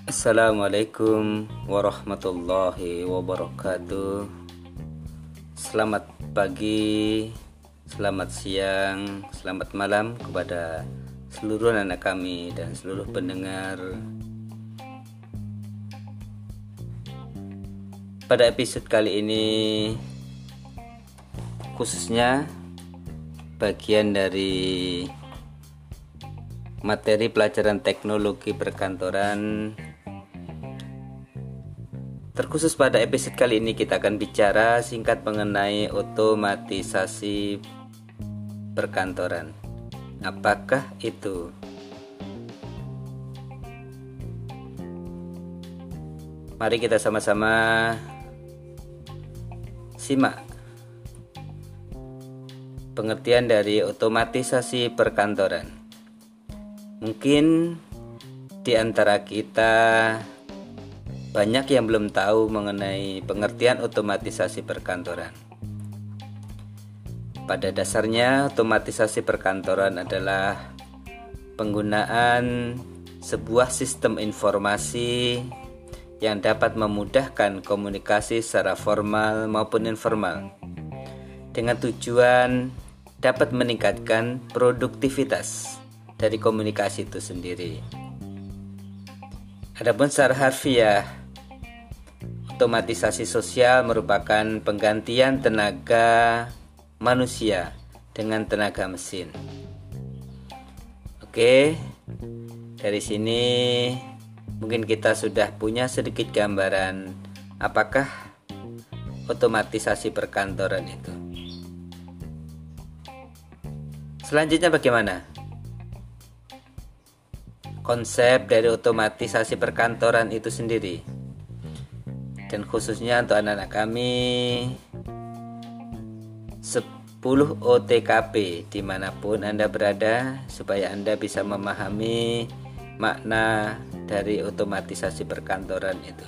Assalamualaikum warahmatullahi wabarakatuh. Selamat pagi, selamat siang, selamat malam kepada seluruh anak kami dan seluruh pendengar. Pada episode kali ini khususnya bagian dari materi pelajaran teknologi perkantoran. Terkhusus pada episode kali ini kita akan bicara singkat mengenai otomatisasi perkantoran. Apakah itu? Mari kita sama-sama simak pengertian dari otomatisasi perkantoran. Mungkin di antara kita banyak yang belum tahu mengenai pengertian otomatisasi perkantoran. Pada dasarnya, otomatisasi perkantoran adalah penggunaan sebuah sistem informasi yang dapat memudahkan komunikasi secara formal maupun informal, dengan tujuan dapat meningkatkan produktivitas dari komunikasi itu sendiri. Adapun secara harfiah, otomatisasi sosial merupakan penggantian tenaga manusia dengan tenaga mesin. Oke, dari sini mungkin kita sudah punya sedikit gambaran apakah otomatisasi perkantoran itu. Selanjutnya bagaimana? Konsep dari otomatisasi perkantoran itu sendiri, dan khususnya untuk anak-anak kami 10 OTKP dimanapun Anda berada, supaya Anda bisa memahami makna dari otomatisasi perkantoran itu.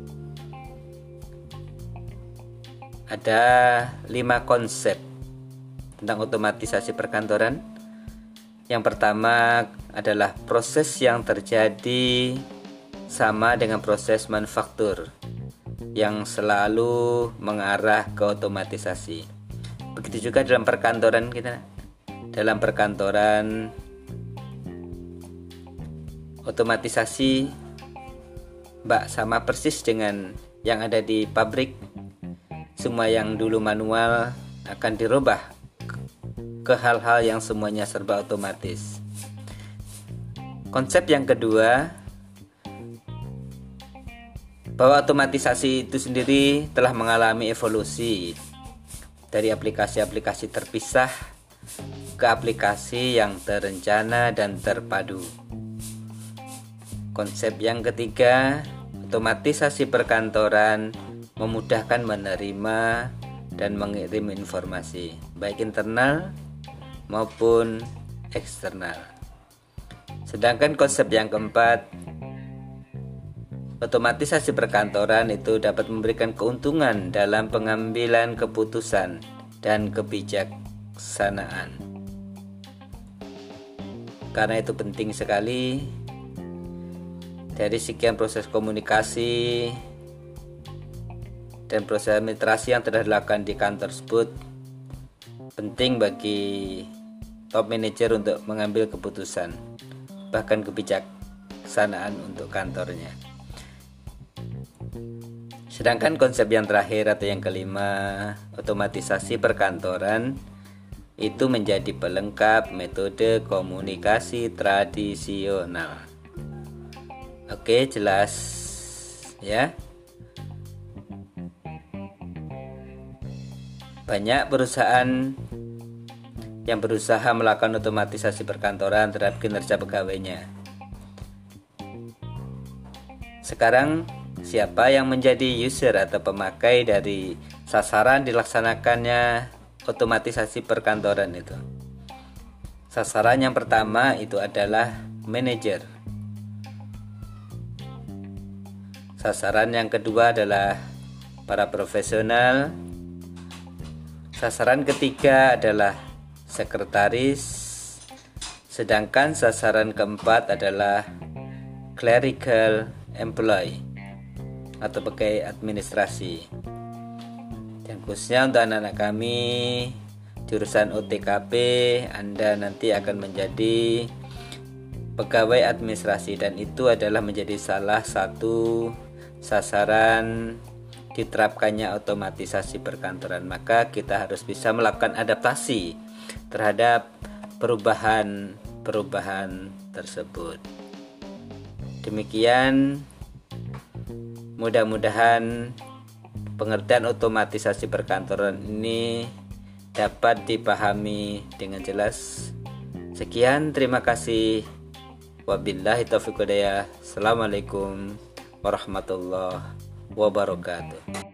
Ada 5 konsep tentang otomatisasi perkantoran. Yang pertama adalah proses yang terjadi sama dengan proses manufaktur yang selalu mengarah ke otomatisasi. Begitu juga dalam perkantoran kita. Dalam perkantoran, otomatisasi sama persis dengan yang ada di pabrik. Semua yang dulu manual akan dirubah ke hal-hal yang semuanya serba otomatis. Konsep yang kedua, bahwa otomatisasi itu sendiri telah mengalami evolusi dari aplikasi-aplikasi terpisah ke aplikasi yang terencana dan terpadu. Konsep yang ketiga, otomatisasi perkantoran memudahkan menerima dan mengirim informasi, baik internal maupun eksternal. Sedangkan konsep yang keempat, otomatisasi perkantoran itu dapat memberikan keuntungan dalam pengambilan keputusan dan kebijaksanaan. Karena itu penting sekali dari sekian proses komunikasi dan proses administrasi yang telah dilakukan di kantor tersebut, penting bagi top manager untuk mengambil keputusan, bahkan kebijaksanaan untuk kantornya. Sedangkan konsep yang terakhir atau yang kelima, otomatisasi perkantoran itu menjadi pelengkap metode komunikasi tradisional. Oke, jelas ya? Banyak perusahaan yang berusaha melakukan otomatisasi perkantoran terhadap kinerja pegawainya. Sekarang, siapa yang menjadi user atau pemakai dari sasaran dilaksanakannya otomatisasi perkantoran itu? Sasaran yang pertama itu adalah manajer. Sasaran yang kedua adalah para profesional. Sasaran ketiga adalah sekretaris, sedangkan sasaran keempat adalah clerical employee atau pegawai administrasi. Dan khususnya untuk anak-anak kami jurusan OTKP, Anda nanti akan menjadi pegawai administrasi, dan itu adalah menjadi salah satu sasaran diterapkannya otomatisasi perkantoran. Maka kita harus bisa melakukan adaptasi terhadap perubahan tersebut. Demikian, mudah-mudahan pengertian otomatisasi perkantoran ini dapat dipahami dengan jelas. Sekian, terima kasih. Wabillahi taufiq wal hidayah. Assalamualaikum warahmatullahi wabarakatuh.